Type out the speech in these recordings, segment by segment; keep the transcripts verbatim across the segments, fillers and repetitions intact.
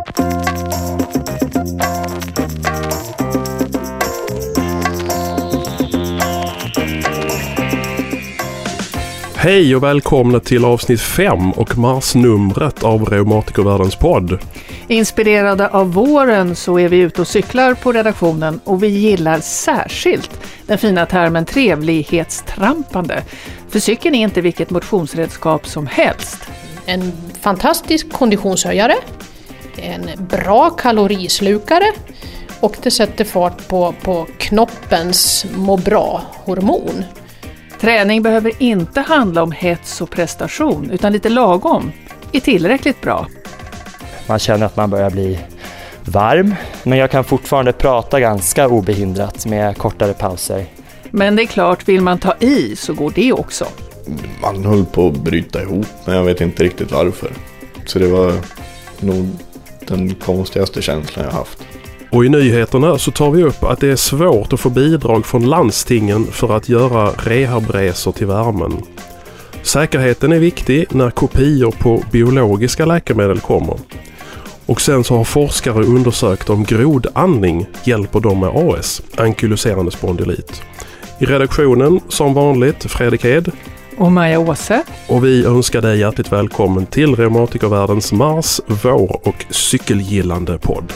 Hej och välkomna till avsnitt fem och marsnumret av Reumatikervärldens podd. Inspirerade av våren så är vi ute och cyklar på redaktionen och vi gillar särskilt den fina termen trevlighetstrampande. För cykeln är inte vilket motionsredskap som helst. En fantastisk konditionshöjare, en bra kalorislukare och det sätter fart på, på knoppens må bra-hormon. Träning behöver inte handla om hets och prestation utan lite lagom är tillräckligt bra. Man känner att man börjar bli varm, men jag kan fortfarande prata ganska obehindrat med kortare pauser. Men det är klart, vill man ta i så går det också. Man höll på att bryta ihop, men jag vet inte riktigt varför. Så det var nog den konstigaste känslan jag haft. Och i nyheterna så tar vi upp att det är svårt att få bidrag från landstingen för att göra rehabresor till värmen. Säkerheten är viktig när kopior på biologiska läkemedel kommer. Och sen så har forskare undersökt om grodandning hjälper dem med A S, ankyloserande spondylit. I redaktionen som vanligt Fredrik Hed och Maja Åse. Och vi önskar dig hjärtligt välkommen till Reumatikervärldens mars, vår och cykelgillande podd.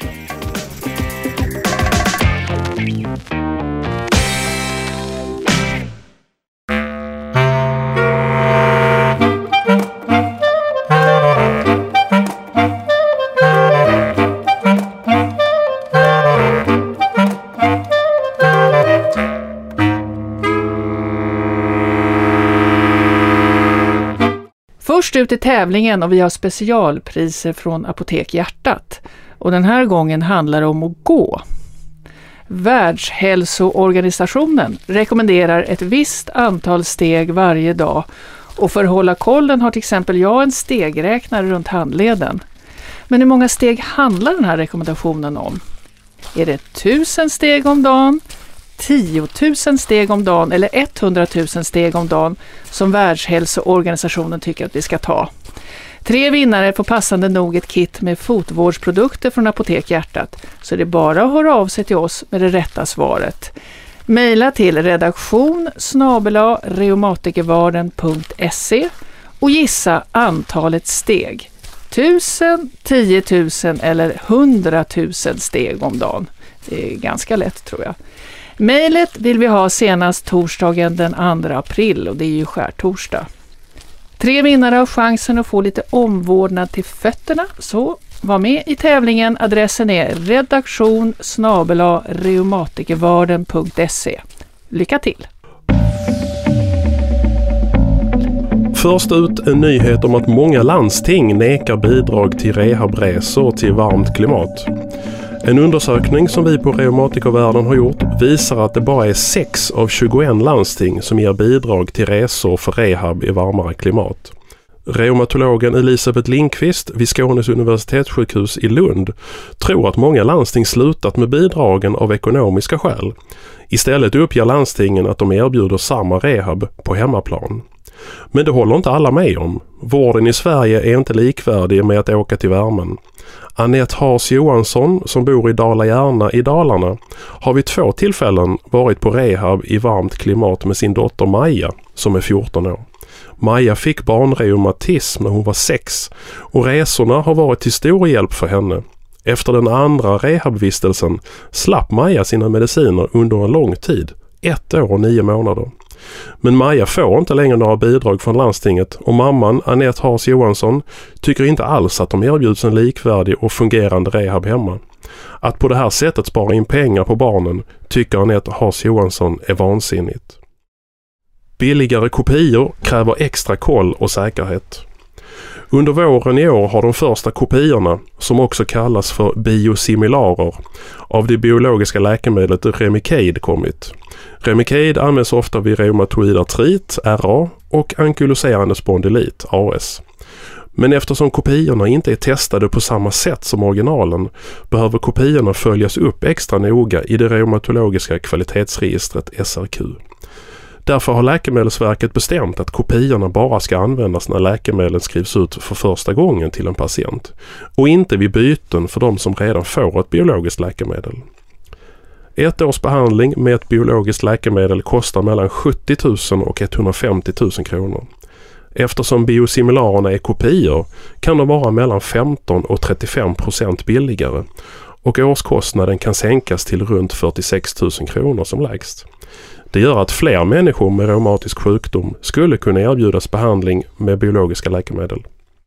Först ut i tävlingen och vi har specialpriser från Apotek Hjärtat. Och den här gången handlar det om att gå. Världshälsoorganisationen rekommenderar ett visst antal steg varje dag. Och för att hålla kollen har till exempel jag en stegräknare runt handleden. Men hur många steg handlar den här rekommendationen om? Är det tusen steg om dagen? tiotusen steg om dagen eller etthundratusen steg om dagen som Världshälsoorganisationen tycker att vi ska ta. Tre vinnare får passande nog ett kit med fotvårdsprodukter från Apotek Hjärtat, så det är bara att höra av sig till oss med det rätta svaret. Maila till redaktion snabel-a reumatikervarden punkt se och gissa antalet steg. Tusen, tiotusen eller hundratusen steg om dagen. Det är ganska lätt tror jag. Mejlet vill vi ha senast torsdagen den andra april och det är ju skärtorsdag. Tre vinnare har chansen att få lite omvårdnad till fötterna, så var med i tävlingen. Adressen är redaktion snabel-a reumatikervarden punkt se. Lycka till! Först ut en nyhet om att många landsting nekar bidrag till rehabresor till varmt klimat. En undersökning som vi på Reumatikervärlden har gjort visar att det bara är sex av tjugoett landsting som ger bidrag till resor för rehab i varmare klimat. Reumatologen Elisabeth Lindqvist vid Skånes universitetssjukhus i Lund tror att många landsting slutat med bidragen av ekonomiska skäl. Istället uppger landstingen att de erbjuder samma rehab på hemmaplan. Men det håller inte alla med om. Vården i Sverige är inte likvärdig med att åka till värmen. Annette Haas Johansson som bor i Dala-Järna i Dalarna har vid två tillfällen varit på rehab i varmt klimat med sin dotter Maja som är fjorton år. Maja fick barnreumatism när hon var sex och resorna har varit till stor hjälp för henne. Efter den andra rehabvistelsen slapp Maja sina mediciner under en lång tid, ett år och nio månader. Men Maja får inte längre några bidrag från landstinget och mamman Annette Haas Johansson tycker inte alls att de erbjuds en likvärdig och fungerande rehab hemma. Att på det här sättet spara in pengar på barnen tycker Annette Haas Johansson är vansinnigt. Billigare kopior kräver extra koll och säkerhet. Under våren i år har de första kopiorna, som också kallas för biosimilarer, av det biologiska läkemedlet Remicade kommit. Remicade används ofta vid reumatoid artrit, R A, och ankyloserande spondylit, A S. Men eftersom kopiorna inte är testade på samma sätt som originalen behöver kopiorna följas upp extra noga i det reumatologiska kvalitetsregistret S R Q. Därför har Läkemedelsverket bestämt att kopiorna bara ska användas när läkemedlen skrivs ut för första gången till en patient och inte vid byten för de som redan får ett biologiskt läkemedel. Ett års behandling med ett biologiskt läkemedel kostar mellan sjuttio tusen och etthundrafemtio tusen kronor. Eftersom biosimilarerna är kopior kan de vara mellan femton och trettiofem procent billigare och årskostnaden kan sänkas till runt fyrtiosex tusen kronor som lägst. Det gör att fler människor med reumatisk sjukdom skulle kunna erbjudas behandling med biologiska läkemedel.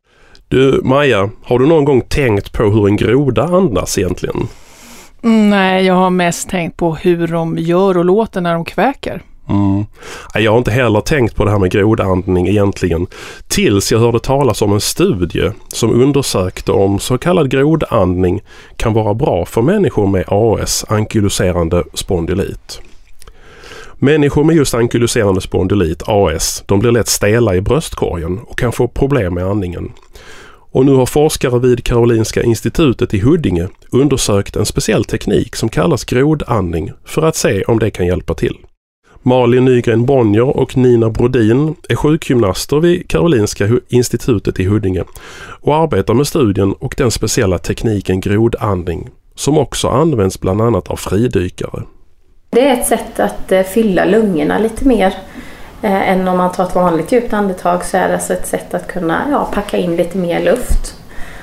Du, Maja, har du någon gång tänkt på hur en groda andas egentligen? Mm, nej, jag har mest tänkt på hur de gör och låter när de kväker. Mm. Jag har inte heller tänkt på det här med grodandning egentligen tills jag hörde talas om en studie som undersökte om så kallad grodandning kan vara bra för människor med A S, ankyloserande spondylit. Människor med just ankyloserande spondylit, A S, de blir lätt stela i bröstkorgen och kan få problem med andningen. Och nu har forskare vid Karolinska institutet i Huddinge undersökt en speciell teknik som kallas grodandning för att se om det kan hjälpa till. Malin Nygren Bonnier och Nina Brodin är sjukgymnaster vid Karolinska institutet i Huddinge och arbetar med studien och den speciella tekniken grodandning som också används bland annat av fridykare. Det är ett sätt att fylla lungorna lite mer eh, än om man tar ett vanligt djupt andetag, så är det alltså ett sätt att kunna ja, packa in lite mer luft.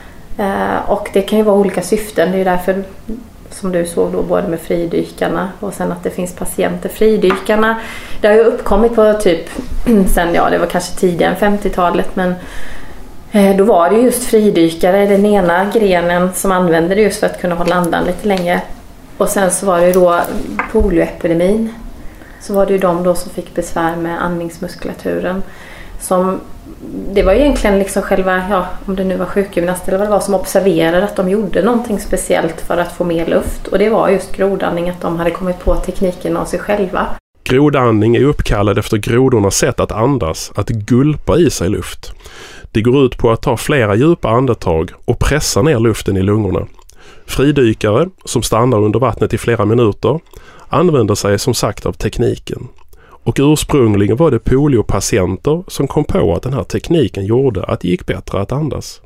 Eh, och det kan ju vara olika syften, det är ju därför som du såg då både med fridykarna och sen att det finns patienter. Fridykarna, det har ju uppkommit på typ sen, ja det var kanske tidigare än femtiotalet, men eh, då var det just fridykare, den ena grenen som använde det just för att kunna hålla andan lite längre. Och sen så var det då polioepidemin, så var det ju de då som fick besvär med andningsmuskulaturen. Som, det var egentligen liksom själva, ja, om det nu var sjukgymnast eller vad det var, som observerade att de gjorde någonting speciellt för att få mer luft. Och det var just grodandning, att de hade kommit på tekniken av sig själva. Grodandning är uppkallad efter grodornas sätt att andas, att gulpa i sig luft. Det går ut på att ta flera djupa andetag och pressa ner luften i lungorna. Fridykare, som stannar under vattnet i flera minuter, använder sig som sagt av tekniken. Och ursprungligen var det poliopatienter som kom på att den här tekniken gjorde att det gick bättre att andas.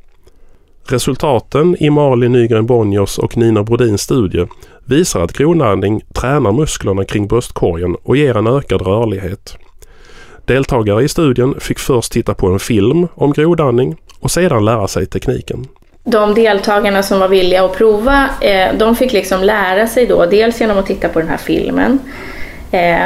Resultaten i Malin Nygren Bonniers och Nina Brodins studie visar att grodandning tränar musklerna kring bröstkorgen och ger en ökad rörlighet. Deltagare i studien fick först titta på en film om grodandning och sedan lära sig tekniken. De deltagarna som var villiga att prova, eh, de fick liksom lära sig då, dels genom att titta på den här filmen. Eh,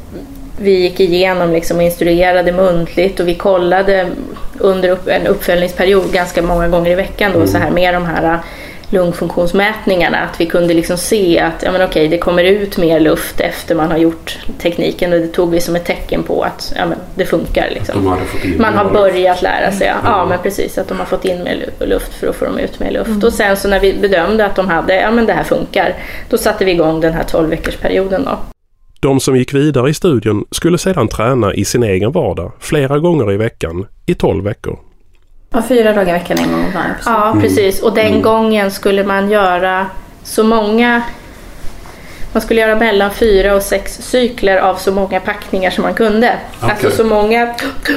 vi gick igenom liksom och instruerade muntligt och vi kollade under upp, en uppföljningsperiod ganska många gånger i veckan då, mm. så här med de här lungfunktionsmätningarna, att vi kunde liksom se att ja, men okej, det kommer ut mer luft efter man har gjort tekniken, och det tog vi som ett tecken på att ja, men det funkar liksom. Man har börjat lära sig, ja, mm. ja men precis, att de har fått in mer luft för att få dem ut mer luft. Mm. Och sen så när vi bedömde att de hade, ja men det här funkar, då satte vi igång den här tolv veckors perioden då. De som gick vidare i studien skulle sedan träna i sin egen vardag flera gånger i veckan i tolv veckor. Ja, fyra dagar i veckan en gång varje. Ja, precis. Och den mm. gången skulle man göra så många... Man skulle göra mellan fyra och sex cykler av så många packningar som man kunde. Okay. Alltså så många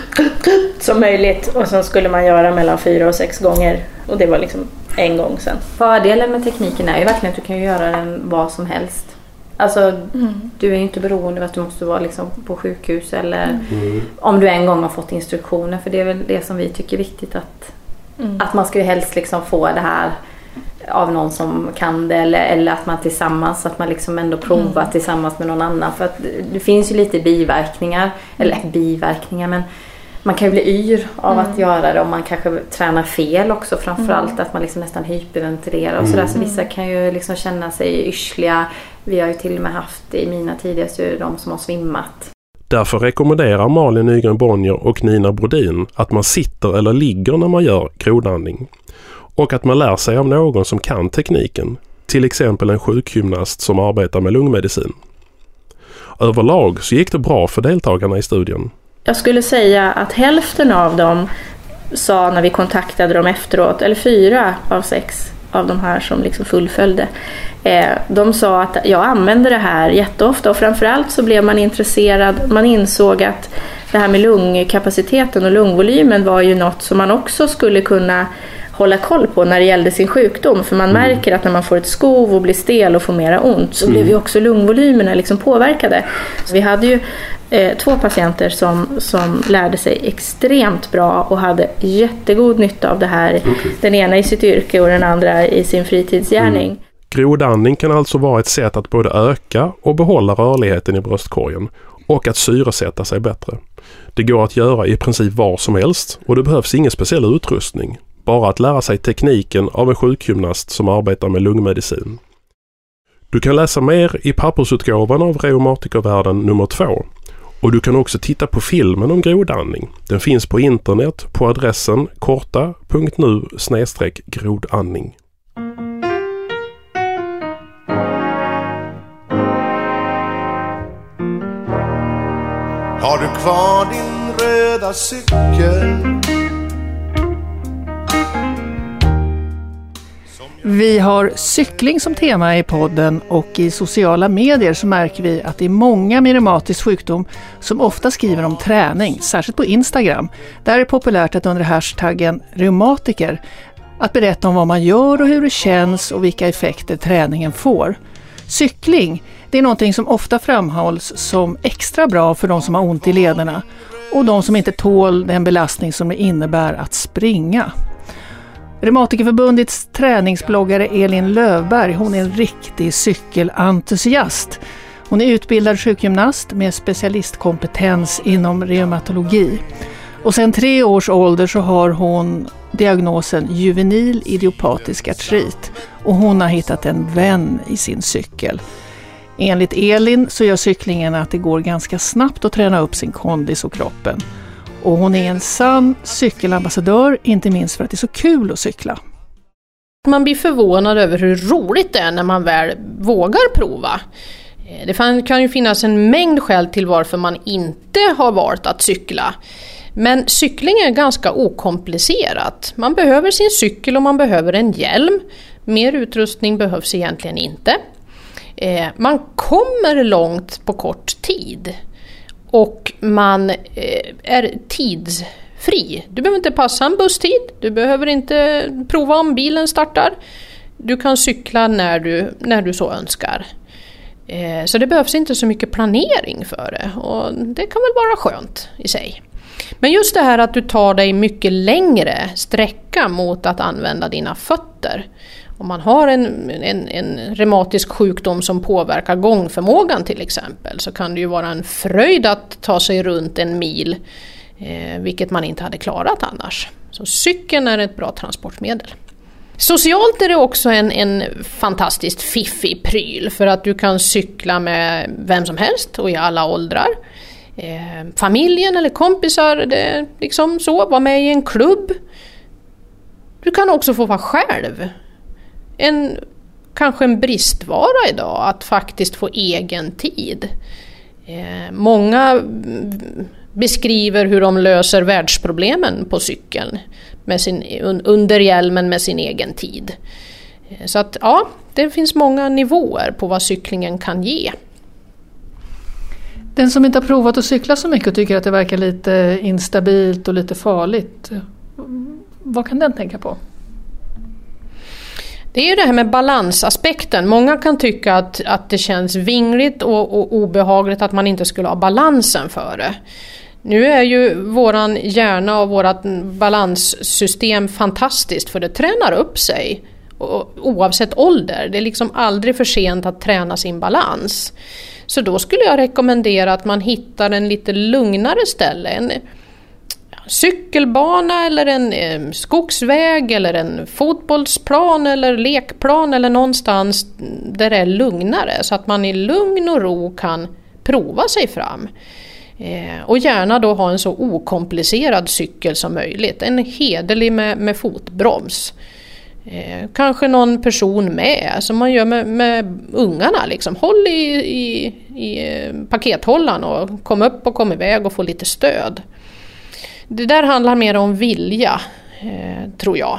som möjligt. Och sen skulle man göra mellan fyra och sex gånger. Och det var liksom en gång sen. Fördelen med tekniken är ju verkligen att du kan göra den vad som helst. Alltså, mm. du är ju inte beroende av att du måste vara liksom på sjukhus eller mm. om du en gång har fått instruktioner. För det är väl det som vi tycker är viktigt, att, mm. att man ska ju helst liksom få det här av någon som kan det, eller, eller att man tillsammans, att man liksom ändå provar mm. tillsammans med någon annan. För att det finns ju lite biverkningar, eller biverkningar, men man kan ju bli yr av mm. att göra det om man kanske tränar fel också, framförallt mm. att man liksom nästan hyperventilerar och sådär, så vissa kan ju liksom känna sig yrsliga. Vi har ju till och med haft i mina tidiga studier de som har svimmat. Därför rekommenderar Malin Nygren Bonnier och Nina Brodin att man sitter eller ligger när man gör grodandning. Och att man lär sig av någon som kan tekniken, till exempel en sjukgymnast som arbetar med lungmedicin. Överlag så gick det bra för deltagarna i studien. Jag skulle säga att hälften av dem sa när vi kontaktade dem efteråt, eller fyra av sex, av de här som liksom fullföljde. Eh, de sa att jag använde det här jätteofta och framförallt så blev man intresserad, man insåg att det här med lungkapaciteten och lungvolymen var ju något som man också skulle kunna hålla koll på när det gällde sin sjukdom. För man mm. märker att när man får ett skov och blir stel och får mera ont så mm. blev ju också lungvolymerna liksom påverkade. Så vi hade ju eh, två patienter som, som lärde sig extremt bra och hade jättegod nytta av det här. Okay. Den ena i sitt yrke och den andra i sin fritidsgärning. Mm. Grodandning kan alltså vara ett sätt att både öka och behålla rörligheten i bröstkorgen och att syresätta sig bättre. Det går att göra i princip var som helst och det behövs ingen speciell utrustning. Bara att lära sig tekniken av en sjukgymnast som arbetar med lungmedicin. Du kan läsa mer i pappersutgåvan av Reumatikervärlden nummer två. Och du kan också titta på filmen om grodandning. Den finns på internet på adressen korta punkt nu snedstreck grodandning. Har du kvar din röda cykel? Vi har cykling som tema i podden och i sociala medier så märker vi att det är många med reumatisk sjukdom som ofta skriver om träning, särskilt på Instagram. Där är det populärt att under hashtaggen reumatiker att berätta om vad man gör och hur det känns och vilka effekter träningen får. Cykling, det är någonting som ofta framhålls som extra bra för de som har ont i lederna och de som inte tål den belastning som det innebär att springa. Reumatikerförbundets träningsbloggare Elin Lövberg, hon är en riktig cykelentusiast. Hon är utbildad sjukgymnast med specialistkompetens inom reumatologi. Och sedan tre års ålder så har hon diagnosen juvenil idiopatisk artrit och hon har hittat en vän i sin cykel. Enligt Elin så gör cyklingen att det går ganska snabbt att träna upp sin kondis och kroppen. Och hon är en sann cykelambassadör, inte minst för att det är så kul att cykla. Man blir förvånad över hur roligt det är när man väl vågar prova. Det kan ju finnas en mängd skäl till varför man inte har valt att cykla. Men cykling är ganska okomplicerat. Man behöver sin cykel och man behöver en hjälm. Mer utrustning behövs egentligen inte. Man kommer långt på kort tid. Och man är tidsfri. Du behöver inte passa en busstid. Du behöver inte prova om bilen startar. Du kan cykla när du, när du så önskar. Så det behövs inte så mycket planering för det. Och det kan väl vara skönt i sig. Men just det här att du tar dig mycket längre sträcka mot att använda dina fötter. Om man har en, en, en reumatisk sjukdom som påverkar gångförmågan till exempel så kan det ju vara en fröjd att ta sig runt en mil, eh, vilket man inte hade klarat annars. Så cykeln är ett bra transportmedel. Socialt är det också en, en fantastiskt fiffig pryl för att du kan cykla med vem som helst och i alla åldrar. Eh, familjen eller kompisar, det liksom så, vara med i en klubb. Du kan också få vara själv. En, kanske en bristvara idag att faktiskt få egen tid. Eh, många beskriver hur de löser världsproblemen på cykeln med sin, under hjälmen med sin egen tid. Eh, så att ja, det finns många nivåer på vad cyklingen kan ge. Den som inte har provat att cykla så mycket och tycker att det verkar lite instabilt och lite farligt, vad kan den tänka på? Det är ju det här med balansaspekten. Många kan tycka att, att det känns vingligt och, och obehagligt att man inte skulle ha balansen för det. Nu är ju våran hjärna och vårat balanssystem fantastiskt för det tränar upp sig och, oavsett ålder. Det är liksom aldrig för sent att träna sin balans. Så då skulle jag rekommendera att man hittar en lite lugnare ställe. En cykelbana eller en eh, skogsväg eller en fotbollsplan eller lekplan eller någonstans där det är lugnare så att man i lugn och ro kan prova sig fram. Eh, och gärna då ha en så okomplicerad cykel som möjligt. En hederlig med, med fotbroms. Eh, kanske någon person med som man gör med, med ungarna. Liksom. Håll i, i, i pakethållaren och kom upp och kom iväg och få lite stöd. Det där handlar mer om vilja, eh, tror jag.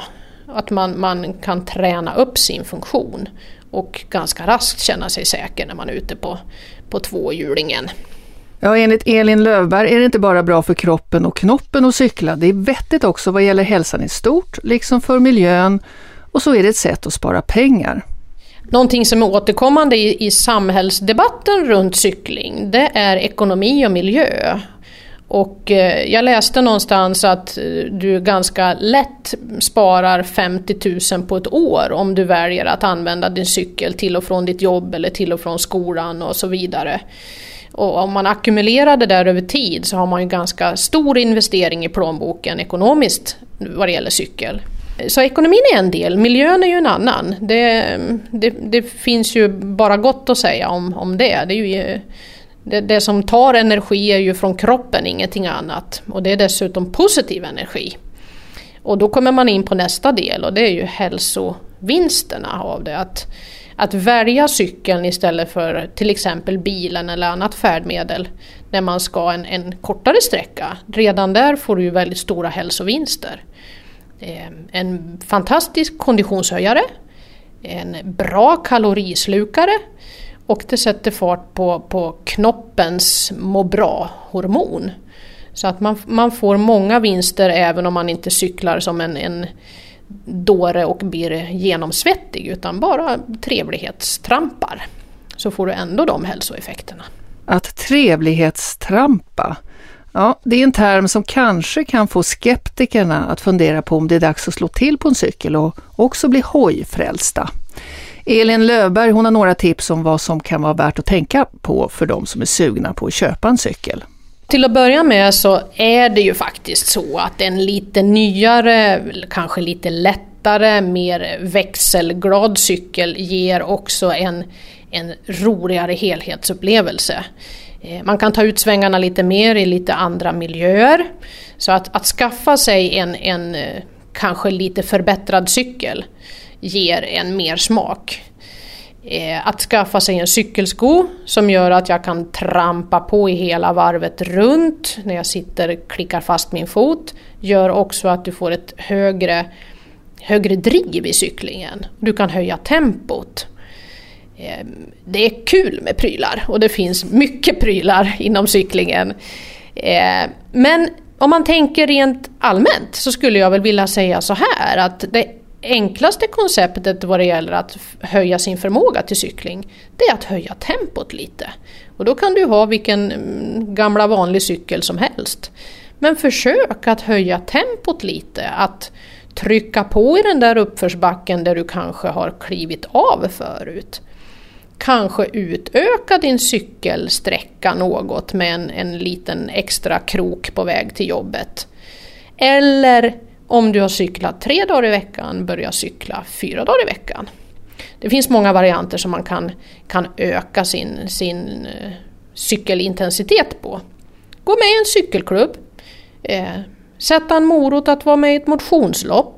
Att man, man kan träna upp sin funktion och ganska raskt känna sig säker när man är ute på, på tvåhjulingen. Ja, enligt Elin Löfberg är det inte bara bra för kroppen och knoppen att cykla. Det är vettigt också vad gäller hälsan i stort, liksom för miljön, och så är det ett sätt att spara pengar. Någonting som är återkommande i, i samhällsdebatten runt cykling, det är ekonomi och miljö. Och eh, jag läste någonstans att du ganska lätt sparar femtio tusen på ett år om du väljer att använda din cykel till och från ditt jobb eller till och från skolan och så vidare. Och om man ackumulerar det där över tid så har man ju ganska stor investering i plånboken ekonomiskt vad det gäller cykel. Så ekonomin är en del, miljön är ju en annan. Det, det, det finns ju bara gott att säga om, om det. Det, är ju, det. Det som tar energi är ju från kroppen, ingenting annat. Och det är dessutom positiv energi. Och då kommer man in på nästa del och det är ju hälsovinsterna av det. Att, att välja cykeln istället för till exempel bilen eller annat färdmedel när man ska en, en kortare sträcka. Redan där får du ju väldigt stora hälsovinster. En fantastisk konditionshöjare, en bra kalorislukare och det sätter fart på, på knoppens må bra-hormon. Så att man, man får många vinster även om man inte cyklar som en, en dåre och blir genomsvettig utan bara trevlighetstrampar. Så får du ändå de hälsoeffekterna. Att trevlighetstrampa, ja, det är en term som kanske kan få skeptikerna att fundera på om det är dags att slå till på en cykel och också bli hojfrälsta. Elin Löfberg, hon har några tips om vad som kan vara värt att tänka på för de som är sugna på att köpa en cykel. Till att börja med så är det ju faktiskt så att en lite nyare, kanske lite lättare, mer växelglad cykel ger också en, en roligare helhetsupplevelse. Man kan ta ut svängarna lite mer i lite andra miljöer. Så att, att skaffa sig en, en kanske lite förbättrad cykel ger en mer smak. Att skaffa sig en cykelsko som gör att jag kan trampa på i hela varvet runt när jag sitter och klickar fast min fot gör också att du får ett högre, högre driv i cyklingen. Du kan höja tempot. Det är kul med prylar och det finns mycket prylar inom cyklingen. Men om man tänker rent allmänt så skulle jag väl vilja säga så här att det enklaste konceptet vad det gäller att höja sin förmåga till cykling, det är att höja tempot lite. Och då kan du ha vilken gamla vanlig cykel som helst. Men försök att höja tempot lite, att trycka på i den där uppförsbacken där du kanske har klivit av förut. Kanske utöka din cykelsträcka något med en, en liten extra krok på väg till jobbet. Eller om du har cyklat tre dagar i veckan, börja cykla fyra dagar i veckan. Det finns många varianter som man kan, kan öka sin, sin uh, cykelintensitet på. Gå med i en cykelklubb. Eh, sätta en morot att vara med i ett motionslopp.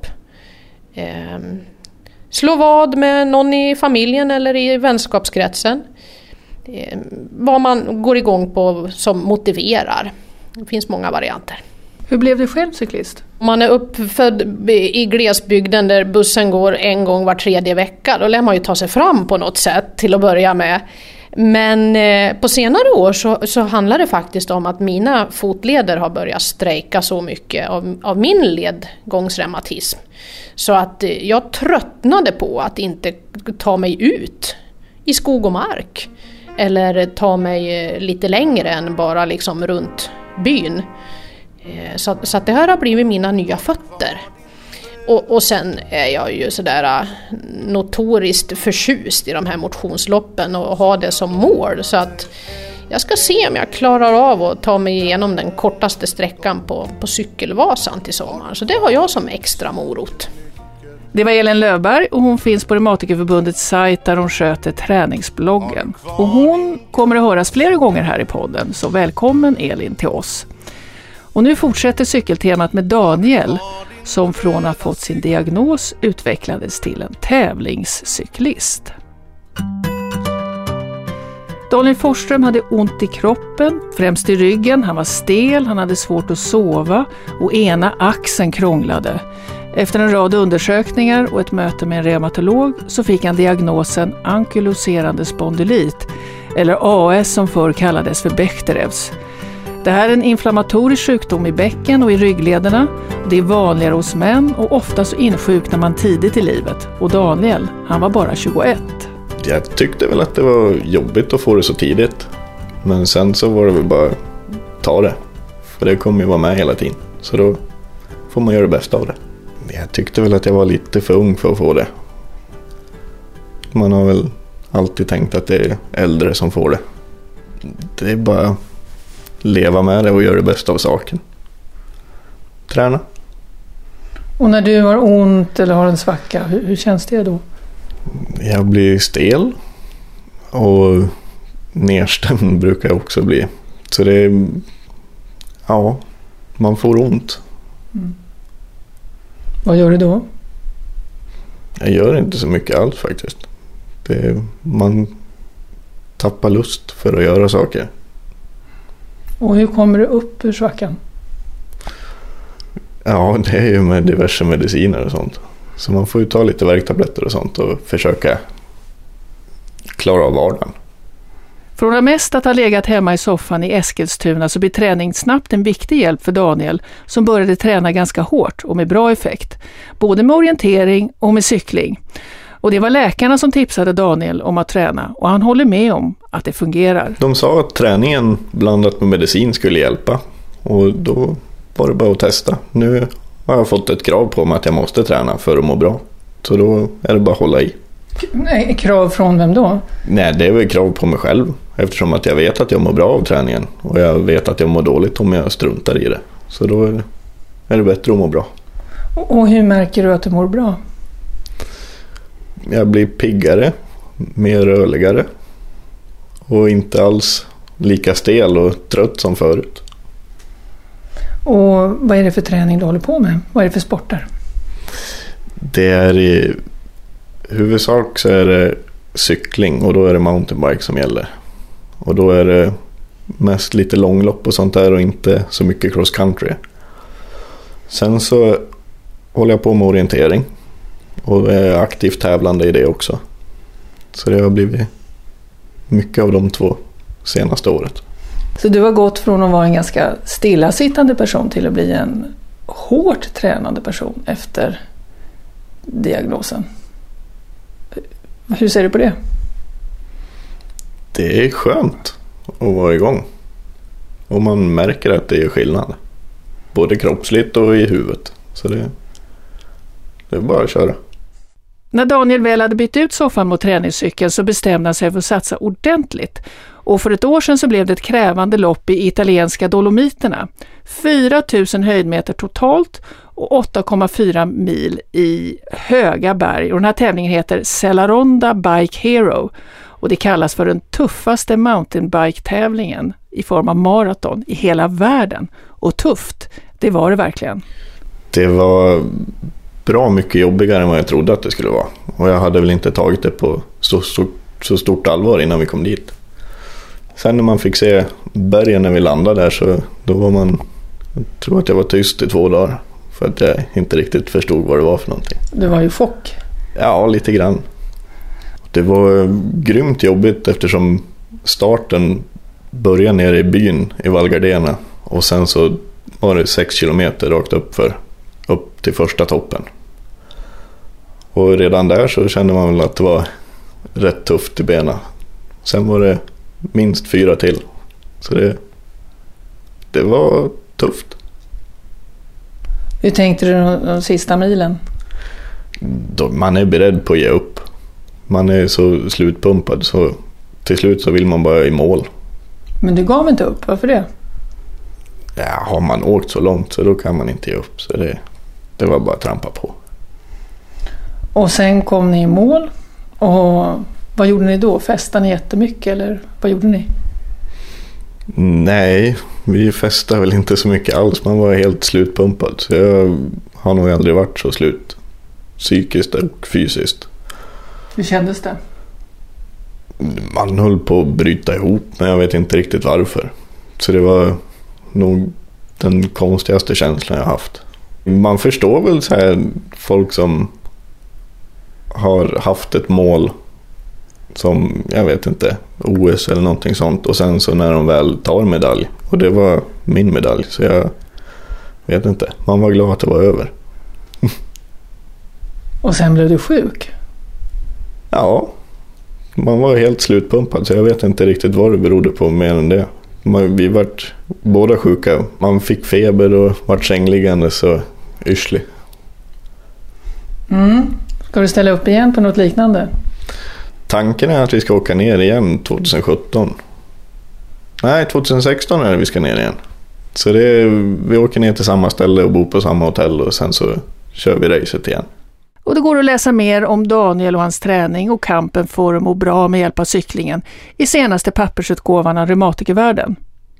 Eh, slå vad med någon i familjen eller i vänskapskretsen. Eh, vad man går igång på som motiverar. Det finns många varianter. Hur blev du själv cyklist? Om man är uppfödd i glesbygden där bussen går en gång var tredje vecka, då lär man ju ta sig fram på något sätt till att börja med. Men eh, på senare år så, så handlar det faktiskt om att mina fotleder har börjat strejka så mycket av, av min ledgångsreumatism. Så att eh, jag tröttnade på att inte ta mig ut i skog och mark. Eller ta mig eh, lite längre än bara liksom runt byn. Så, så att det här har blivit mina nya fötter. Och, och sen är jag ju sådär notoriskt förtjust i de här motionsloppen och har det som mål. Så att jag ska se om jag klarar av att ta mig igenom den kortaste sträckan på, på Cykelvasan till sommaren. Så det har jag som extra morot. Det var Elin Löfberg och hon finns på Reumatikerförbundets sajt där hon sköter träningsbloggen. Och hon kommer att höras flera gånger här i podden, så välkommen Elin till oss. Och nu fortsätter cykeltemat med Daniel som från att ha fått sin diagnos utvecklades till en tävlingscyklist. Daniel Forsström hade ont i kroppen, främst i ryggen. Han var stel, han hade svårt att sova och ena axeln krånglade. Efter en rad undersökningar och ett möte med en reumatolog så fick han diagnosen ankyloserande spondylit, eller A S som förr kallades för Bechterews. Det här är en inflammatorisk sjukdom i bäcken och i rygglederna. Det är vanligare hos män och ofta så insjuknar man tidigt i livet. Och Daniel, han var bara tjugoett. Jag tyckte väl att det var jobbigt att få det så tidigt. Men sen så var det väl bara ta det. För det kommer ju vara med hela tiden. Så då får man göra det bästa av det. Jag tyckte väl att jag var lite för ung för att få det. Man har väl alltid tänkt att det är äldre som får det. Det är bara leva med det och göra det bästa av saken. Träna. Och när du har ont eller har en svacka, hur, hur känns det då? Jag blir stel. Och nedstämd brukar jag också bli. Så det är... Ja, man får ont. Mm. Vad gör du då? Jag gör inte så mycket alls faktiskt. Det är, man tappar lust för att göra saker. Och hur kommer du upp ur svackan? Ja, det är ju med diverse mediciner och sånt. Så man får ju ta lite värktabletter och sånt och försöka klara av vardagen. Från att mest att ha legat hemma i soffan i Eskilstuna så blir träning snabbt en viktig hjälp för Daniel som började träna ganska hårt och med bra effekt. Både med orientering och med cykling. Och det var läkarna som tipsade Daniel om att träna och han håller med om att det fungerar. De sa att träningen blandat med medicin skulle hjälpa och då var det bara att testa. Nu har jag fått ett krav på mig att jag måste träna för att må bra. Så då är det bara att hålla i. Nej, krav från vem då? Nej, det är väl krav på mig själv. Eftersom att jag vet att jag mår bra av träningen. Och jag vet att jag mår dåligt om jag struntar i det. Så då är det bättre att må bra. Och hur märker du att du mår bra? Jag blir piggare, mer rörligare. Och inte alls lika stel och trött som förut. Och vad är det för träning du håller på med? Vad är det för sporter? Det är i huvudsak så är det cykling och då är det mountainbike som gäller. Och då är det mest lite långlopp och sånt där och inte så mycket cross country. Sen så håller jag på med orientering och är aktivt tävlande i det också. Så det har blivit mycket av de två senaste året. Så du har gått från att vara en ganska stillasittande person till att bli en hårt tränande person efter diagnosen. Hur ser du på det? Det är skönt att vara igång. Och man märker att det är skillnad. Både kroppsligt och i huvudet. Så det, det är bara att köra. När Daniel väl hade bytt ut soffan mot träningscykeln så bestämde han sig för att satsa ordentligt. Och för ett år sedan så blev det ett krävande lopp i italienska Dolomiterna. fyra tusen höjdmeter totalt och åtta komma fyra mil i höga berg. Och den här tävlingen heter Cellaronda Bike Hero. Och det kallas för den tuffaste mountainbike-tävlingen i form av maraton i hela världen. Och tufft, det var det verkligen. Det var bra mycket jobbigare än vad jag trodde att det skulle vara. Och jag hade väl inte tagit det på så, så, så stort allvar innan vi kom dit. Sen när man fick se bergen när vi landade där så då var man, jag tror att jag var tyst i två dagar. För att jag inte riktigt förstod vad det var för någonting. Det var ju chock. Ja, lite grann. Det var grymt jobbigt eftersom starten började nere i byn i Val Gardena. Och sen så var det sex kilometer rakt upp, för, upp till första toppen. Och redan där så kände man väl att det var rätt tufft i benen. Sen var det minst fyra till. Så det, det var tufft. Hur tänkte du de, de sista milen? Då, man är beredd på att ge upp. Man är så slutpumpad så till slut så vill man bara i mål. Men du gav inte upp, varför det? Ja, har man åkt så långt så då kan man inte ge upp. Så det, det var bara att trampa på. Och sen kom ni i mål. Och vad gjorde ni då? Festade ni jättemycket eller vad gjorde ni? Nej, vi festade väl inte så mycket alls. Man var helt slutpumpad. Så jag har nog aldrig varit så slut. Psykiskt och fysiskt. Hur kändes det? Man höll på att bryta ihop, men jag vet inte riktigt varför. Så det var nog den konstigaste känslan jag haft. Man förstår väl så här folk som har haft ett mål som, jag vet inte, O S eller någonting sånt, och sen så när de väl tar medalj, och det var min medalj, så jag vet inte, man var glad att det var över. Och sen blev du sjuk? Ja, man var helt slutpumpad, så jag vet inte riktigt vad det berodde på mer än det. Vi vart båda sjuka, man fick feber och vart sängliggande, så yrslig. Mm. Ska du ställa upp igen på något liknande? Tanken är att vi ska åka ner igen tjugohundrasjutton. Nej, tjugohundrasexton är det vi ska ner igen. Så det är, vi åker ner till samma ställe och bor på samma hotell, och sen så kör vi racet igen. Och det går att läsa mer om Daniel och hans träning och kampen för att må bra med hjälp av cyklingen i senaste pappersutgåvan av Reumatikervärlden.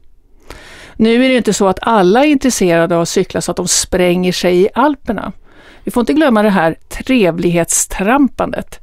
Nu är det inte så att alla är intresserade av att cykla så att de spränger sig i Alperna. Vi får inte glömma det här trevlighetstrampandet.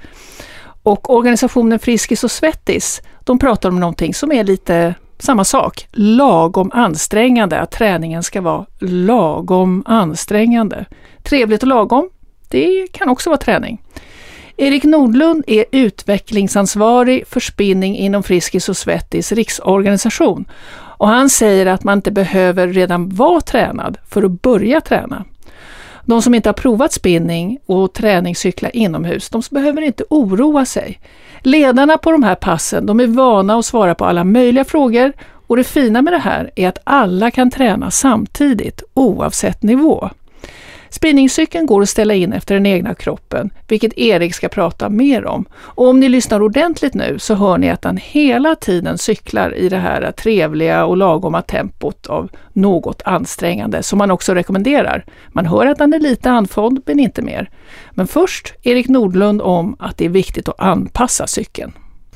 Och organisationen Friskis och Svettis, de pratar om någonting som är lite samma sak. Lagom ansträngande, att träningen ska vara lagom ansträngande. Trevligt och lagom, det kan också vara träning. Erik Nordlund är utvecklingsansvarig för spinning inom Friskis och Svettis riksorganisation. Och han säger att man inte behöver redan vara tränad för att börja träna. De som inte har provat spinning och träningscykla inomhus, de behöver inte oroa sig. Ledarna på de här passen, de är vana att svara på alla möjliga frågor, och det fina med det här är att alla kan träna samtidigt oavsett nivå. Spinningcykeln går att ställa in efter den egna kroppen, vilket Erik ska prata mer om. Och om ni lyssnar ordentligt nu så hör ni att han hela tiden cyklar i det här trevliga och lagoma tempot av något ansträngande som man också rekommenderar. Man hör att han är lite andfådd, men inte mer. Men först Erik Nordlund om att det är viktigt att anpassa cykeln.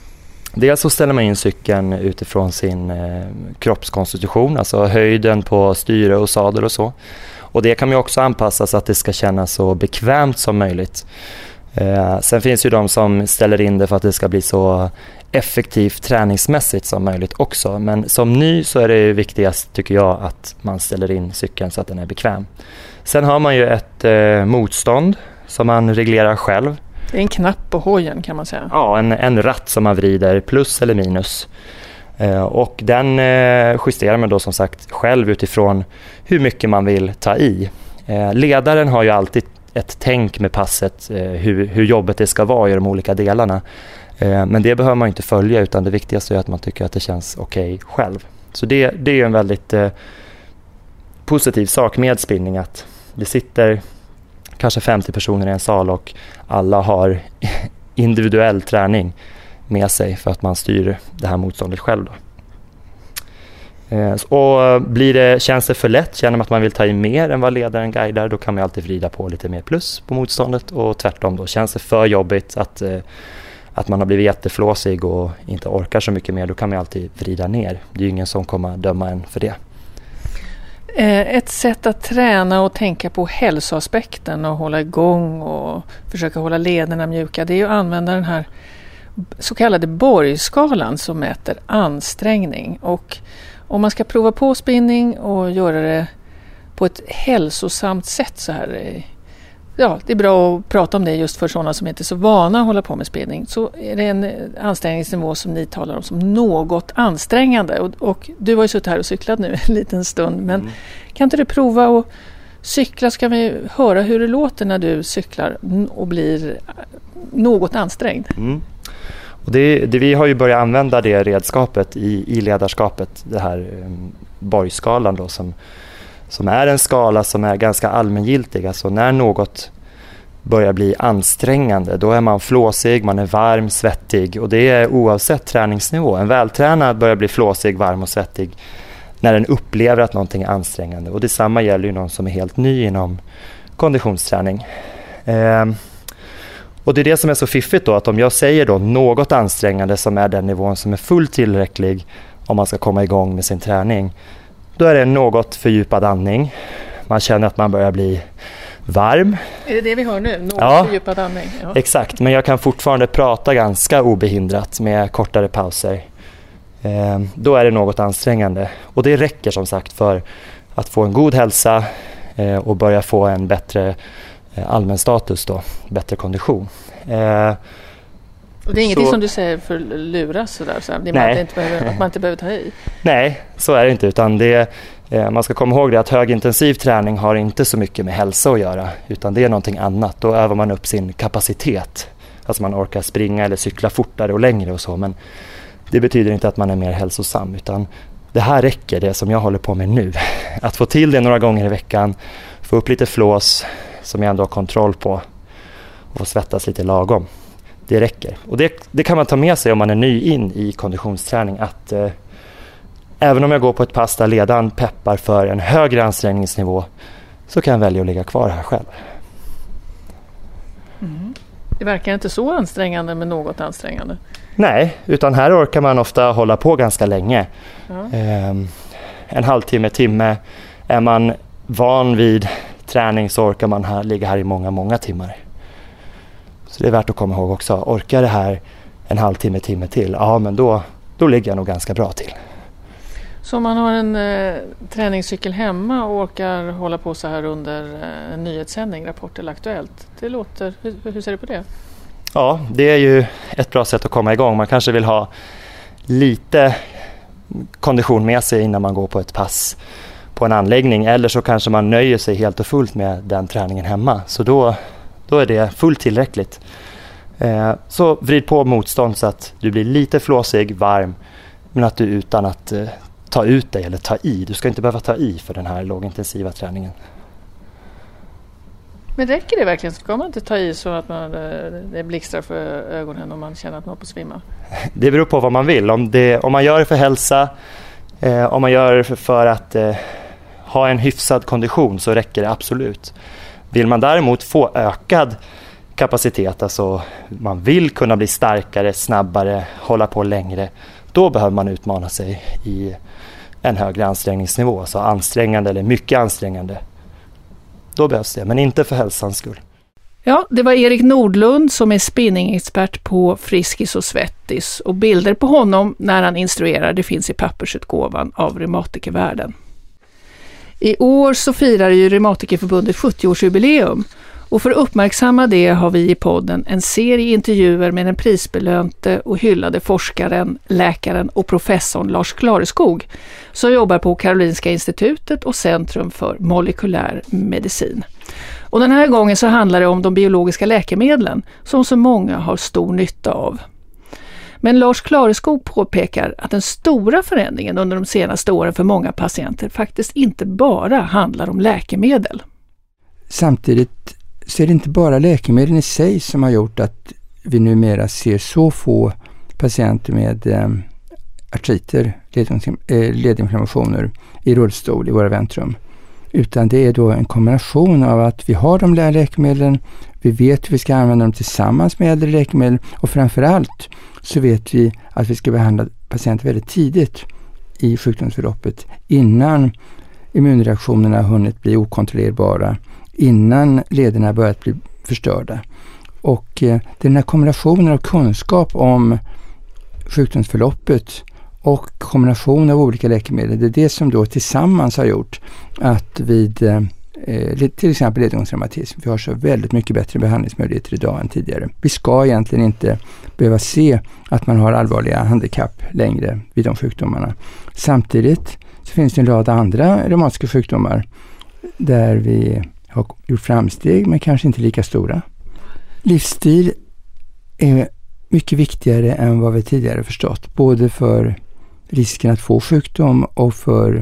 Dels så ställer man in cykeln utifrån sin eh, kroppskonstitution, alltså höjden på styre och sadel och så. Och det kan man också anpassa så att det ska kännas så bekvämt som möjligt. Eh, sen finns ju de som ställer in det för att det ska bli så effektivt träningsmässigt som möjligt också. Men som ny så är det viktigast, tycker jag, att man ställer in cykeln så att den är bekväm. Sen har man ju ett eh, motstånd som man reglerar själv. Det är en knapp på hojen, kan man säga. Ja, en, en ratt som man vrider, plus eller minus. Eh, och den eh, justerar man då som sagt själv utifrån hur mycket man vill ta i. Eh, ledaren har ju alltid ett tänk med passet, eh, hur, hur jobbet det ska vara i de olika delarna. Eh, men det behöver man inte följa, utan det viktigaste är att man tycker att det känns okej okay själv. Så det, det är ju en väldigt eh, positiv sak med spinning, att det sitter kanske femtio personer i en sal och alla har individuell träning med sig för att man styr det här motståndet själv då. Eh, och blir det, känns det för lätt, känner man att man vill ta i mer än vad ledaren guidar, då kan man alltid vrida på lite mer plus på motståndet, och tvärtom då. Känns det för jobbigt att, eh, att man har blivit jätteflåsig och inte orkar så mycket mer, då kan man alltid vrida ner. Det är ju ingen som kommer döma en för det. Ett sätt att träna och tänka på hälsoaspekten och hålla igång och försöka hålla lederna mjuka, det är att använda den här så kallade Borgskalan som mäter ansträngning. Och om man ska prova på spinning och göra det på ett hälsosamt sätt så här, ja, det är bra att prata om det just för sådana som inte är så vana att hålla på med spinning, så är det en ansträngningsnivå som ni talar om som något ansträngande. Och, och du har ju suttit här och cyklat nu en liten stund, men mm. kan inte du prova att cykla, ska vi höra hur det låter när du cyklar och blir något ansträngd? Mm. Och det, det, vi har ju börjat använda det redskapet i, i ledarskapet, det här um, Borgskalan då, som som är en skala som är ganska allmängiltig. Alltså när något börjar bli ansträngande, då är man flåsig, man är varm, svettig, och det är oavsett träningsnivå. En vältränad börjar bli flåsig, varm och svettig när den upplever att någonting är ansträngande. Och detsamma gäller ju någon som är helt ny inom konditionsträning. Eh, och det är det som är så fiffigt då, att om jag säger då något ansträngande som är den nivån som är fullt tillräcklig om man ska komma igång med sin träning, då är det något fördjupad andning. Man känner att man börjar bli varm. Är det det vi hör nu? Något ja, fördjupad andning? Ja, exakt. Men jag kan fortfarande prata ganska obehindrat med kortare pauser. Eh, då är det något ansträngande. Och det räcker som sagt för att få en god hälsa, eh, och börja få en bättre eh, allmän status då, bättre kondition. Eh, och det är ingenting så, som du säger för att luras sådär, så det är att, inte behöver, att man inte behöver ta i? Nej, så är det inte, utan det, eh, man ska komma ihåg det att högintensiv träning har inte så mycket med hälsa att göra, utan det är någonting annat. Då övar man upp sin kapacitet. Alltså man orkar springa eller cykla fortare och längre och så, men det betyder inte att man är mer hälsosam, utan det här räcker, det som jag håller på med nu. Att få till det några gånger i veckan, få upp lite flås som jag ändå har kontroll på och svettas lite lagom. Det räcker. Och det, det kan man ta med sig om man är ny in i konditionsträning, att eh, även om jag går på ett pass där ledaren peppar för en högre ansträngningsnivå, så kan jag välja att ligga kvar här själv. Mm. Det verkar inte så ansträngande med något ansträngande. Nej, utan här orkar man ofta hålla på ganska länge. Ja. Eh, en halvtimme, timme. Är man van vid träning så orkar man här, ligga här i många, många timmar. Så det är värt att komma ihåg också. Orkar det här en halvtimme, timme till? Ja, men då, då ligger jag nog ganska bra till. Så om man har en eh, träningscykel hemma och orkar hålla på så här under eh, en nyhetssändning, Rapport eller Aktuellt. Det låter, hur, hur ser du på det? Ja, det är ju ett bra sätt att komma igång. Man kanske vill ha lite kondition med sig innan man går på ett pass på en anläggning. Eller så kanske man nöjer sig helt och fullt med den träningen hemma. Så då, då är det fullt tillräckligt. Eh, så vrid på motstånd så att du blir lite flåsig, varm, men att du utan att eh, ta ut dig eller ta i. Du ska inte behöva ta i för den här lågintensiva träningen. Men räcker det verkligen? Ska man inte ta i så att man, det blixtrar för ögonen och man känner att man är på svimma? Det beror på vad man vill. Om, det, om man gör det för hälsa, eh, om man gör det för, för att eh, ha en hyfsad kondition, så räcker det absolut. Vill man däremot få ökad kapacitet, alltså man vill kunna bli starkare, snabbare, hålla på längre, då behöver man utmana sig i en högre ansträngningsnivå. Så ansträngande eller mycket ansträngande. Då behövs det, men inte för hälsans skull. Ja, det var Erik Nordlund som är spinningexpert på Friskis och Svettis, och bilder på honom när han instruerar, det finns i pappersutgåvan av Reumatikervärlden. I år så firar ju Reumatikerförbundet sjuttio-årsjubileum, och för att uppmärksamma det har vi i podden en serie intervjuer med den prisbelönte och hyllade forskaren, läkaren och professorn Lars Klareskog, som jobbar på Karolinska institutet och Centrum för molekylär medicin. Och den här gången så handlar det om de biologiska läkemedlen som så många har stor nytta av. Men Lars Klareskog påpekar att den stora förändringen under de senaste åren för många patienter faktiskt inte bara handlar om läkemedel. Samtidigt så är det inte bara läkemedlen i sig som har gjort att vi numera ser så få patienter med eh, artriter, ledinflammationer i rullstol i våra väntrum. Utan det är då en kombination av att vi har de där läkemedlen, vi vet hur vi ska använda dem tillsammans med äldre läkemedel, och framförallt så vet vi att vi ska behandla patienter väldigt tidigt i sjukdomsförloppet, innan immunreaktionerna har hunnit bli okontrollerbara, innan lederna börjat bli förstörda. Och eh, den här kombinationen av kunskap om sjukdomsförloppet och kombination av olika läkemedel, det är det som då tillsammans har gjort att vid eh, till exempel ledgångsreumatism, vi har så väldigt mycket bättre behandlingsmöjligheter idag än tidigare. Vi ska egentligen inte behöva se att man har allvarliga handikapp längre vid de sjukdomarna. Samtidigt så finns det en rad andra reumatiska sjukdomar där vi har gjort framsteg, men kanske inte lika stora. Livsstil är mycket viktigare än vad vi tidigare förstått, både för risken att få sjukdom och för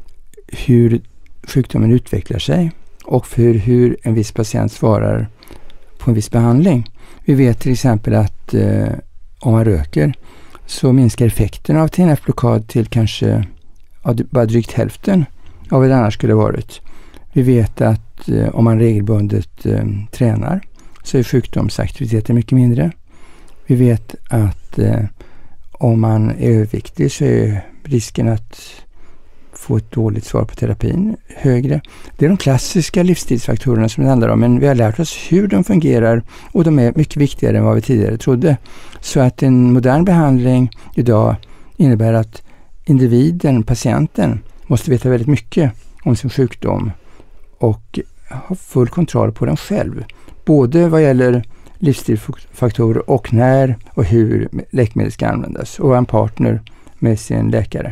hur sjukdomen utvecklar sig och för hur en viss patient svarar på en viss behandling. Vi vet till exempel att eh, om man röker så minskar effekten av T N F-blockad till kanske ja, bara drygt hälften av vad det annars skulle ha varit. Vi vet att eh, om man regelbundet eh, tränar så är sjukdomsaktiviteten mycket mindre. Vi vet att eh, om man är överviktig så är risken att få ett dåligt svar på terapin högre. Det är de klassiska livsstilsfaktorerna som det handlar om, men vi har lärt oss hur de fungerar och de är mycket viktigare än vad vi tidigare trodde. Så att en modern behandling idag innebär att individen, patienten, måste veta väldigt mycket om sin sjukdom och ha full kontroll på den själv. Både vad gäller livsstilsfaktorer och när och hur läkemedel ska användas. Och en partner med sin läkare.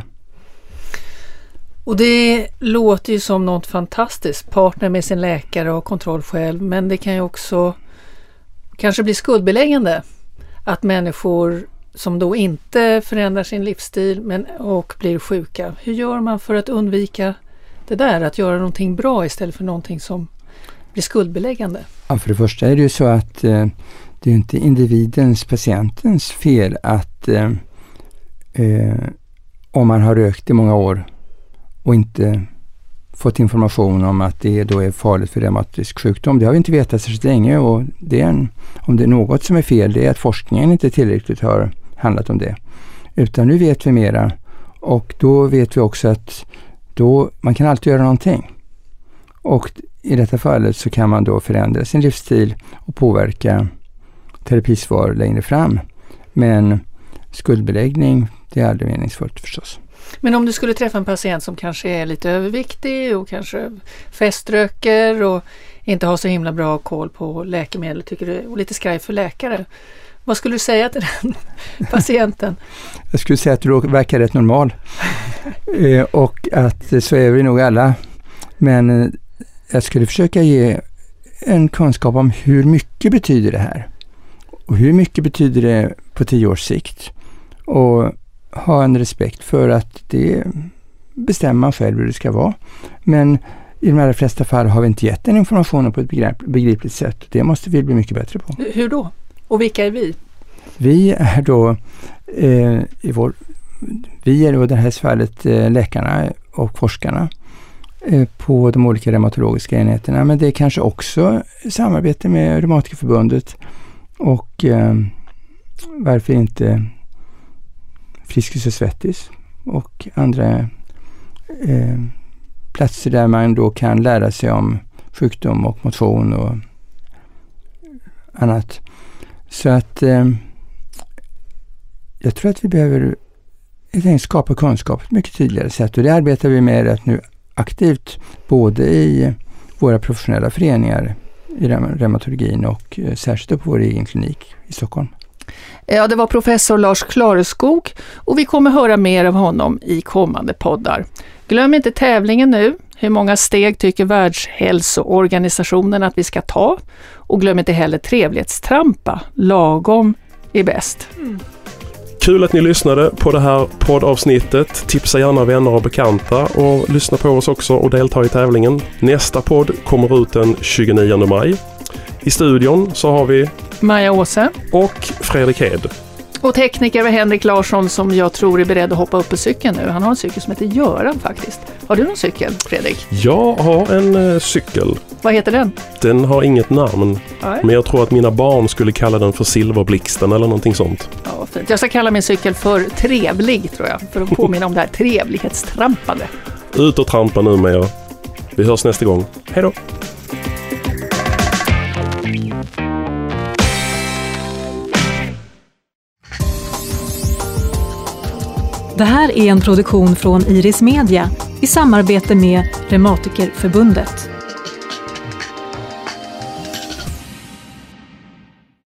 Och det låter ju som något fantastiskt. Partner med sin läkare och kontroll själv. Men det kan ju också kanske bli skuldbeläggande. Att människor som då inte förändrar sin livsstil men, och blir sjuka. Hur gör man för att undvika det där? Att göra någonting bra istället för någonting som blir skuldbeläggande? Ja, för det första är det ju så att eh, det är inte individens, patientens fel att eh, eh, om man har rökt i många år och inte fått information om att det då är farligt för reumatisk sjukdom. Det har vi inte vetat så länge och det är en, om det är något som är fel, det är att forskningen inte tillräckligt har handlat om det. Utan nu vet vi mera och då vet vi också att då, man kan alltid göra någonting. Och i detta fallet så kan man då förändra sin livsstil och påverka terapisvar längre fram. Men skuldbeläggning, det är aldrig meningsfullt förstås. Men om du skulle träffa en patient som kanske är lite överviktig och kanske feströker och inte har så himla bra koll på läkemedel, tycker du, och lite skraj för läkare. Vad skulle du säga till den patienten? Jag skulle säga att du verkar rätt normal. eh, och att så är vi nog alla. Men eh, jag skulle försöka ge en kunskap om hur mycket betyder det här. Och hur mycket betyder det på tio års sikt. Och ha en respekt för att det bestämmer man själv hur det ska vara. Men i de allra flesta fall har vi inte gett den informationen på ett begripligt sätt. Det måste vi bli mycket bättre på. Hur då? Och vilka är vi? Vi är då eh, i vår, vi är då i det här fallet eh, läkarna och forskarna eh, på de olika reumatologiska enheterna. Men det är kanske också samarbete med Reumatikerförbundet och eh, varför inte Friskis och Svettis och andra eh, platser där man då kan lära sig om sjukdom och motion och annat. Så att eh, jag tror att vi behöver skapa kunskap på ett mycket tydligare sätt och det arbetar vi med rätt nu aktivt både i våra professionella föreningar i reumatologin och eh, särskilt på vår egen klinik i Stockholm. Ja, det var professor Lars Klareskog och vi kommer höra mer av honom i kommande poddar. Glöm inte tävlingen nu. Hur många steg tycker Världshälsoorganisationen att vi ska ta? Och glöm inte heller trevlighetstrampa. Lagom är bäst. Mm. Kul att ni lyssnade på det här poddavsnittet. Tipsa gärna vänner och bekanta och lyssna på oss också och delta i tävlingen. Nästa podd kommer ut den tjugonionde maj. I studion så har vi Maja Åse och Fredrik Hed. Och tekniker var Henrik Larsson som jag tror är beredd att hoppa upp på cykeln nu. Han har en cykel som heter Göran faktiskt. Har du någon cykel, Fredrik? Jag har en uh, cykel. Vad heter den? Den har inget namn. Nej. Men jag tror att mina barn skulle kalla den för Silverblixten eller någonting sånt. Ja, fint. Jag ska kalla min cykel för Trevlig tror jag. För att påminna om det här trevlighetstrampande. Ut och trampa nu med er. Vi hörs nästa gång. Hej då! Det här är en produktion från Iris Media i samarbete med Reumatikerförbundet.